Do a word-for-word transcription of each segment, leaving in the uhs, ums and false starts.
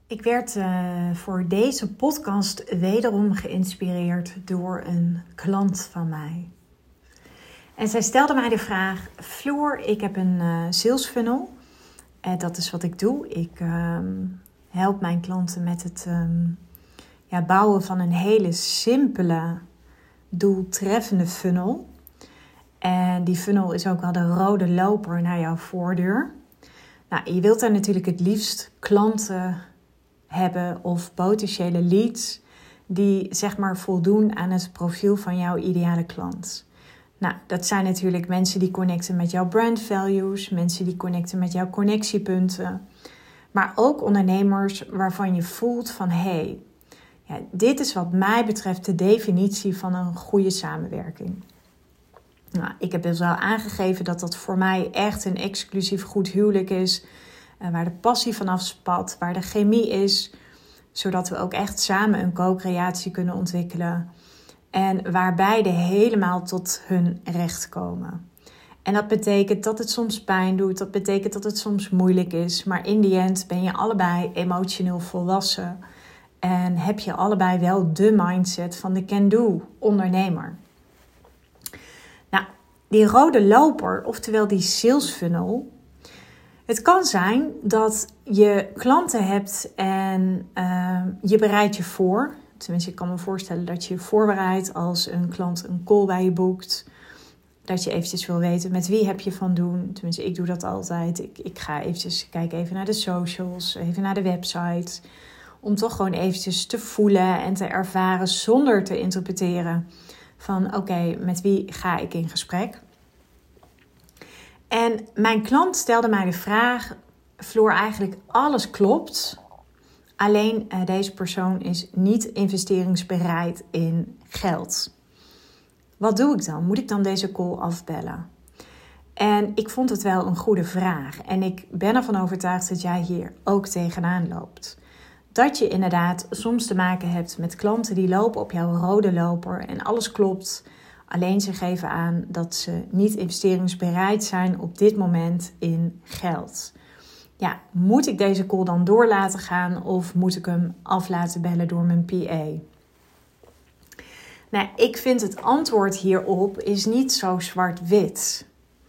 Ik werd uh, voor deze podcast wederom geïnspireerd door een klant van mij. En zij stelde mij de vraag: Floor, ik heb een uh, sales funnel. En dat is wat ik doe. Ik uh, help mijn klanten met het um, ja, bouwen van een hele simpele, doeltreffende funnel. En die funnel is ook wel de rode loper naar jouw voordeur. Nou, je wilt daar natuurlijk het liefst klanten hebben of potentiële leads die zeg maar voldoen aan het profiel van jouw ideale klant. Nou, dat zijn natuurlijk mensen die connecten met jouw brand values, mensen die connecten met jouw connectiepunten, maar ook ondernemers waarvan je voelt van hé, hey, ja, dit is wat mij betreft de definitie van een goede samenwerking. Nou, ik heb dus al aangegeven dat dat voor mij echt een exclusief goed huwelijk is, uh, waar de passie vanaf spat, waar de chemie is, zodat we ook echt samen een co-creatie kunnen ontwikkelen en waar beide helemaal tot hun recht komen. En dat betekent dat het soms pijn doet, dat betekent dat het soms moeilijk is, maar in die end ben je allebei emotioneel volwassen en heb je allebei wel de mindset van de can-do ondernemer. Nou, die rode loper, oftewel die sales funnel. Het kan zijn dat je klanten hebt en uh, je bereidt je voor. Tenminste, ik kan me voorstellen dat je je voorbereidt als een klant een call bij je boekt. Dat je eventjes wil weten met wie heb je van doen. Tenminste, ik doe dat altijd. Ik, ik ga eventjes kijken even naar de socials, even naar de website. Om toch gewoon eventjes te voelen en te ervaren zonder te interpreteren. Van oké, okay, met wie ga ik in gesprek? En mijn klant stelde mij de vraag: Floor, eigenlijk alles klopt. Alleen uh, deze persoon is niet investeringsbereid in geld. Wat doe ik dan? Moet ik dan deze call afbellen? En ik vond het wel een goede vraag. En ik ben ervan overtuigd dat jij hier ook tegenaan loopt. Dat je inderdaad soms te maken hebt met klanten die lopen op jouw rode loper en alles klopt. Alleen ze geven aan dat ze niet investeringsbereid zijn op dit moment in geld. Ja, moet ik deze call dan door laten gaan of moet ik hem af laten bellen door mijn P A? Nou, ik vind het antwoord hierop is niet zo zwart-wit.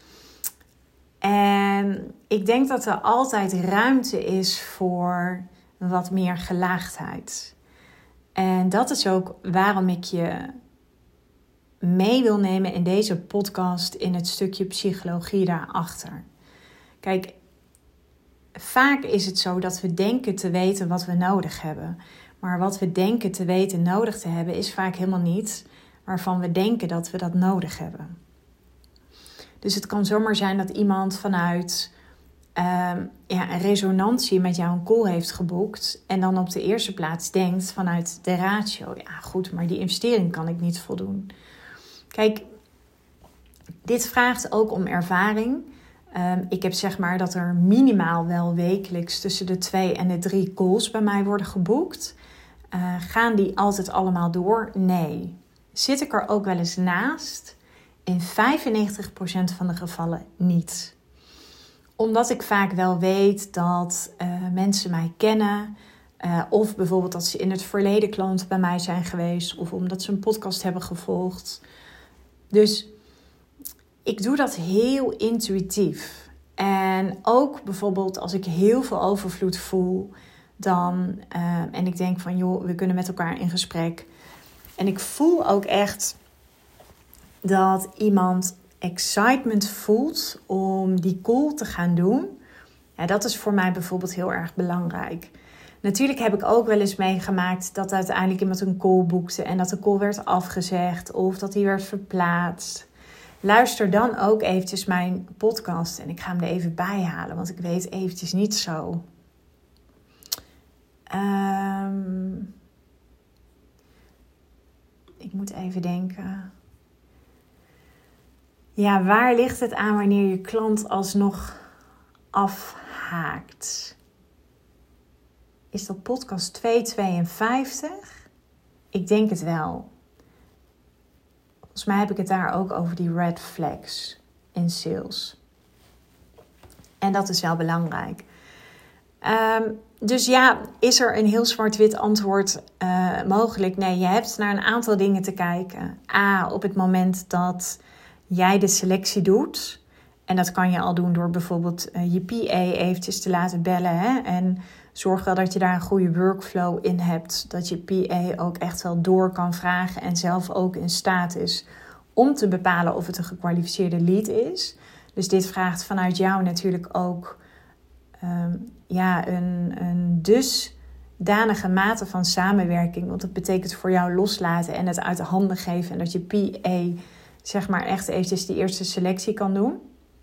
En ik denk dat er altijd ruimte is voor wat meer gelaagdheid. En dat is ook waarom ik je mee wil nemen in deze podcast in het stukje psychologie daarachter. Kijk, vaak is het zo dat we denken te weten wat we nodig hebben. Maar wat we denken te weten nodig te hebben is vaak helemaal niet waarvan we denken dat we dat nodig hebben. Dus het kan zomaar zijn dat iemand vanuit uh, ja, een resonantie met jou een call heeft geboekt en dan op de eerste plaats denkt vanuit de ratio: ja goed, maar die investering kan ik niet voldoen. Kijk, dit vraagt ook om ervaring. Um, ik heb zeg maar dat er minimaal wel wekelijks tussen de twee en de drie calls bij mij worden geboekt. Uh, gaan die altijd allemaal door? Nee. Zit ik er ook wel eens naast? In vijfennegentig procent van de gevallen niet. Omdat ik vaak wel weet dat uh, mensen mij kennen. Uh, of bijvoorbeeld dat ze in het verleden klant bij mij zijn geweest. Of omdat ze een podcast hebben gevolgd. Dus ik doe dat heel intuïtief. En ook bijvoorbeeld als ik heel veel overvloed voel. Dan, uh, en ik denk van joh, we kunnen met elkaar in gesprek. En ik voel ook echt dat iemand excitement voelt om die call te gaan doen. Ja, dat is voor mij bijvoorbeeld heel erg belangrijk. Natuurlijk heb ik ook wel eens meegemaakt dat uiteindelijk iemand een call boekte en dat de call werd afgezegd of dat die werd verplaatst. Luister dan ook eventjes mijn podcast en ik ga hem er even bij halen, want ik weet eventjes niet zo. Um, ik moet even denken. Ja, waar ligt het aan wanneer je klant alsnog afhaakt? Is dat podcast tweehonderdtweeënvijftig? Ik denk het wel. Volgens mij heb ik het daar ook over die red flags in sales. En dat is wel belangrijk. Um, dus ja, is er een heel zwart-wit antwoord uh, mogelijk? Nee, je hebt naar een aantal dingen te kijken. A, op het moment dat jij de selectie doet. En dat kan je al doen door bijvoorbeeld uh, je P A eventjes te laten bellen. Hè? En zorg wel dat je daar een goede workflow in hebt. Dat je P A ook echt wel door kan vragen en zelf ook in staat is om te bepalen of het een gekwalificeerde lead is. Dus dit vraagt vanuit jou natuurlijk ook um, ja, een, een dusdanige mate van samenwerking. Want dat betekent voor jou loslaten en het uit de handen geven. En dat je P A zeg maar echt eventjes die eerste selectie kan doen.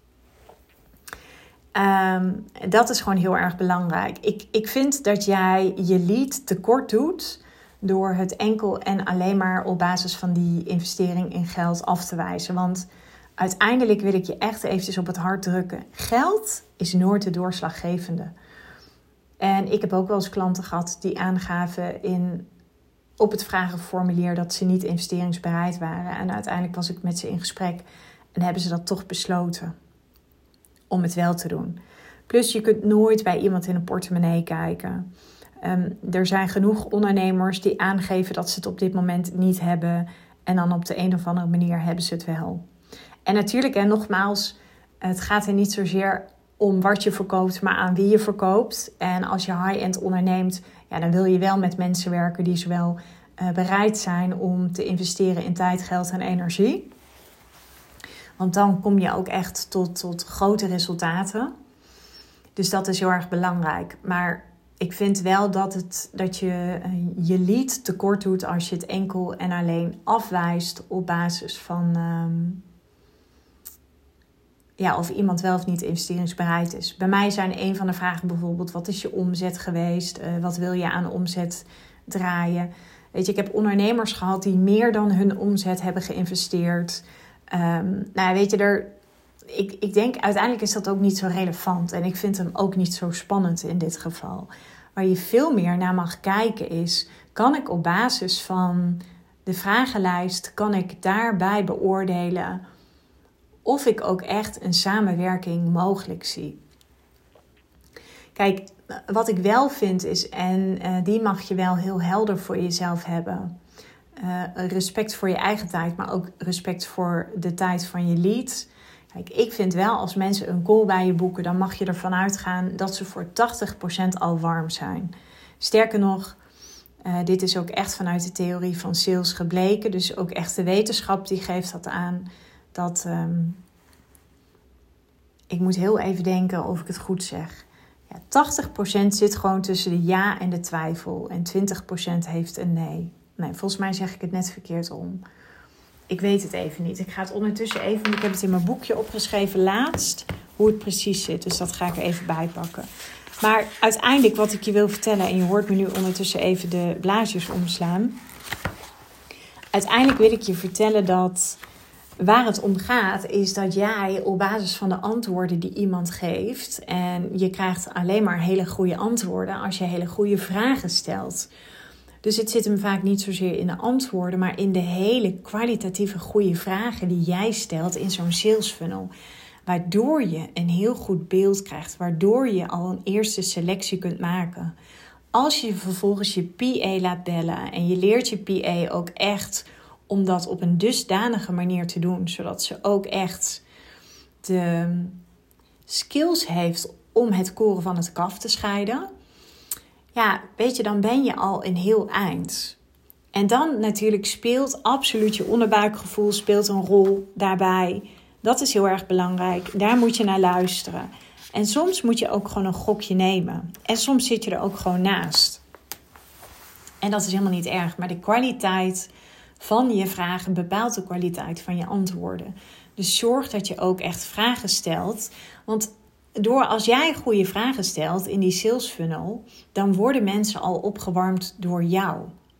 Um, dat is gewoon heel erg belangrijk. Ik, ik vind dat jij je lead tekort doet door het enkel en alleen maar op basis van die investering in geld af te wijzen. Want uiteindelijk wil ik je echt eventjes op het hart drukken. Geld is nooit de doorslaggevende. En ik heb ook wel eens klanten gehad die aangaven in, op het vragenformulier dat ze niet investeringsbereid waren. En uiteindelijk was ik met ze in gesprek en hebben ze dat toch besloten om het wel te doen. Plus je kunt nooit bij iemand in een portemonnee kijken. Um, er zijn genoeg ondernemers die aangeven dat ze het op dit moment niet hebben. En dan op de een of andere manier hebben ze het wel. En natuurlijk, en nogmaals, het gaat er niet zozeer om wat je verkoopt, maar aan wie je verkoopt. En als je high-end onderneemt, ja, dan wil je wel met mensen werken die zowel uh, bereid zijn om te investeren in tijd, geld en energie. Want dan kom je ook echt tot, tot grote resultaten. Dus dat is heel erg belangrijk. Maar ik vind wel dat, het, dat je uh, je lead tekort doet als je het enkel en alleen afwijst op basis van Um, ja, of iemand wel of niet investeringsbereid is. Bij mij zijn een van de vragen bijvoorbeeld: wat is je omzet geweest? Uh, wat wil je aan omzet draaien? Weet je, ik heb ondernemers gehad die meer dan hun omzet hebben geïnvesteerd. Um, nou, weet je, er, ik, ik denk uiteindelijk is dat ook niet zo relevant. En ik vind hem ook niet zo spannend in dit geval. Waar je veel meer naar mag kijken is: kan ik op basis van de vragenlijst, kan ik daarbij beoordelen of ik ook echt een samenwerking mogelijk zie? Kijk, wat ik wel vind is, en uh, die mag je wel heel helder voor jezelf hebben. Uh, respect voor je eigen tijd, maar ook respect voor de tijd van je lead. Kijk, ik vind wel, als mensen een call bij je boeken, dan mag je ervan uitgaan dat ze voor tachtig procent al warm zijn. Sterker nog, uh, dit is ook echt vanuit de theorie van sales gebleken. Dus ook echt de wetenschap die geeft dat aan. Dat, um, ik moet heel even denken of ik het goed zeg. Ja, tachtig procent zit gewoon tussen de ja en de twijfel. En twintig procent heeft een nee. Nee, volgens mij zeg ik het net verkeerd om. Ik weet het even niet. Ik ga het ondertussen even, want ik heb het in mijn boekje opgeschreven laatst, hoe het precies zit. Dus dat ga ik er even bij pakken. Maar uiteindelijk wat ik je wil vertellen, en je hoort me nu ondertussen even de blaadjes omslaan. Uiteindelijk wil ik je vertellen dat waar het om gaat is dat jij op basis van de antwoorden die iemand geeft, en je krijgt alleen maar hele goede antwoorden als je hele goede vragen stelt. Dus het zit hem vaak niet zozeer in de antwoorden, maar in de hele kwalitatieve goede vragen die jij stelt in zo'n sales funnel. Waardoor je een heel goed beeld krijgt, waardoor je al een eerste selectie kunt maken. Als je vervolgens je P A laat bellen en je leert je P A ook echt om dat op een dusdanige manier te doen, zodat ze ook echt de skills heeft om het koren van het kaf te scheiden. Ja, weet je, dan ben je al een heel eind. En dan natuurlijk speelt absoluut je onderbuikgevoel speelt een rol daarbij. Dat is heel erg belangrijk. Daar moet je naar luisteren. En soms moet je ook gewoon een gokje nemen. En soms zit je er ook gewoon naast. En dat is helemaal niet erg. Maar de kwaliteit van je vragen bepaalt de kwaliteit van je antwoorden. Dus zorg dat je ook echt vragen stelt. Want door als jij goede vragen stelt in die sales funnel, dan worden mensen al opgewarmd door jou.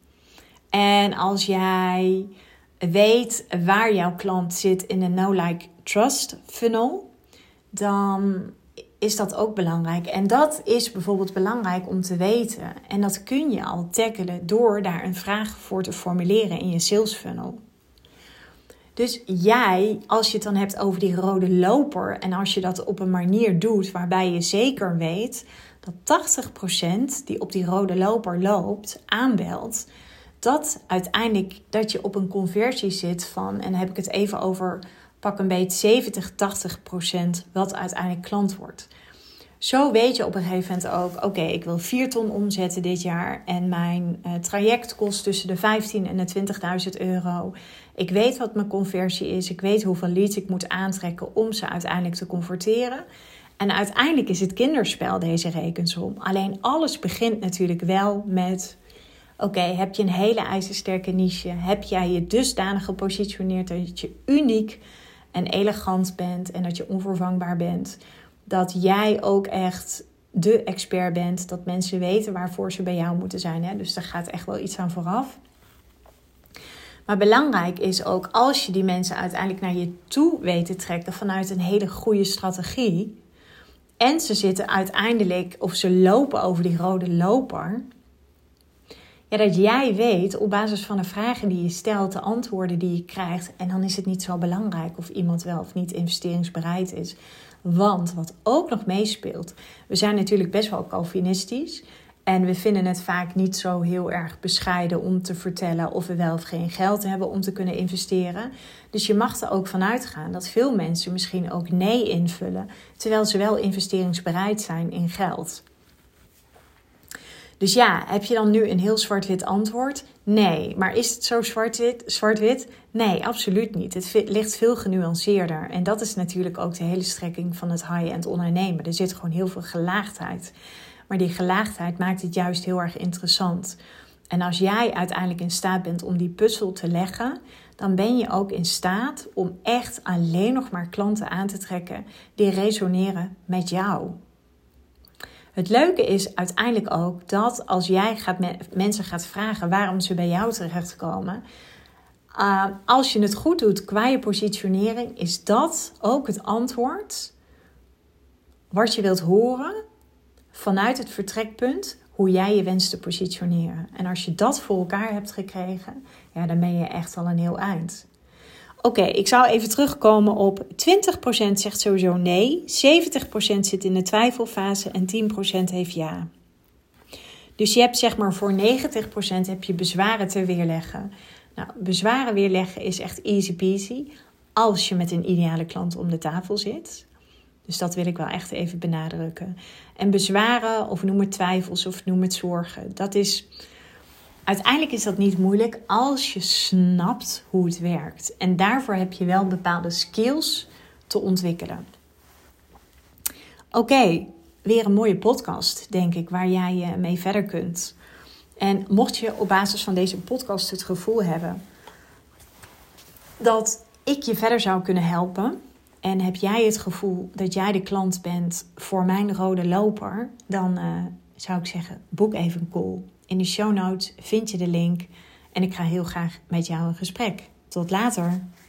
En als jij weet waar jouw klant zit in de know-like-trust funnel, dan is dat ook belangrijk. En dat is bijvoorbeeld belangrijk om te weten. En dat kun je al tackelen door daar een vraag voor te formuleren in je sales funnel. Dus jij, als je het dan hebt over die rode loper, en als je dat op een manier doet waarbij je zeker weet dat tachtig procent die op die rode loper loopt, aanbelt, dat uiteindelijk dat je op een conversie zit van, en dan heb ik het even over pak een beetje zeventig, tachtig procent wat uiteindelijk klant wordt. Zo weet je op een gegeven moment ook, oké, okay, ik wil vier ton omzetten dit jaar en mijn uh, traject kost tussen de vijftien en de twintigduizend euro. Ik weet wat mijn conversie is, ik weet hoeveel leads ik moet aantrekken om ze uiteindelijk te converteren. En uiteindelijk is het kinderspel deze rekensom. Alleen alles begint natuurlijk wel met, oké, okay, heb je een hele ijzersterke niche? Heb jij je dusdanig gepositioneerd dat je uniek en elegant bent en dat je onvervangbaar bent? Dat jij ook echt de expert bent. Dat mensen weten waarvoor ze bij jou moeten zijn. Hè? Dus daar gaat echt wel iets aan vooraf. Maar belangrijk is ook als je die mensen uiteindelijk naar je toe weet te trekken vanuit een hele goede strategie. En ze zitten uiteindelijk, of ze lopen over die rode loper. Ja, dat jij weet op basis van de vragen die je stelt, de antwoorden die je krijgt. En dan is het niet zo belangrijk of iemand wel of niet investeringsbereid is. Want wat ook nog meespeelt, we zijn natuurlijk best wel Calvinistisch. En we vinden het vaak niet zo heel erg bescheiden om te vertellen of we wel of geen geld hebben om te kunnen investeren. Dus je mag er ook vanuit gaan dat veel mensen misschien ook nee invullen, terwijl ze wel investeringsbereid zijn in geld. Dus ja, heb je dan nu een heel zwart-wit antwoord? Nee. Maar is het zo zwart-wit? zwart-wit? Nee, absoluut niet. Het ligt veel genuanceerder. En dat is natuurlijk ook de hele strekking van het high-end ondernemen. Er zit gewoon heel veel gelaagdheid. Maar die gelaagdheid maakt het juist heel erg interessant. En als jij uiteindelijk in staat bent om die puzzel te leggen, dan ben je ook in staat om echt alleen nog maar klanten aan te trekken die resoneren met jou. Het leuke is uiteindelijk ook dat als jij gaat me- mensen gaat vragen waarom ze bij jou terechtkomen, uh, als je het goed doet qua je positionering, is dat ook het antwoord wat je wilt horen vanuit het vertrekpunt hoe jij je wenst te positioneren. En als je dat voor elkaar hebt gekregen, ja, dan ben je echt al een heel eind. Oké, okay, ik zou even terugkomen op twintig procent zegt sowieso nee, zeventig procent zit in de twijfelfase en tien procent heeft ja. Dus je hebt zeg maar voor negentig procent heb je bezwaren te weerleggen. Nou, bezwaren weerleggen is echt easy peasy als je met een ideale klant om de tafel zit. Dus dat wil ik wel echt even benadrukken. En bezwaren, of noem het twijfels of noem het zorgen, dat is... Uiteindelijk is dat niet moeilijk als je snapt hoe het werkt. En daarvoor heb je wel bepaalde skills te ontwikkelen. Oké, okay, weer een mooie podcast, denk ik, waar jij mee verder kunt. En mocht je op basis van deze podcast het gevoel hebben dat ik je verder zou kunnen helpen, en heb jij het gevoel dat jij de klant bent voor mijn rode loper, dan uh, zou ik zeggen, boek even een call. In de show notes vind je de link en ik ga heel graag met jou in gesprek. Tot later!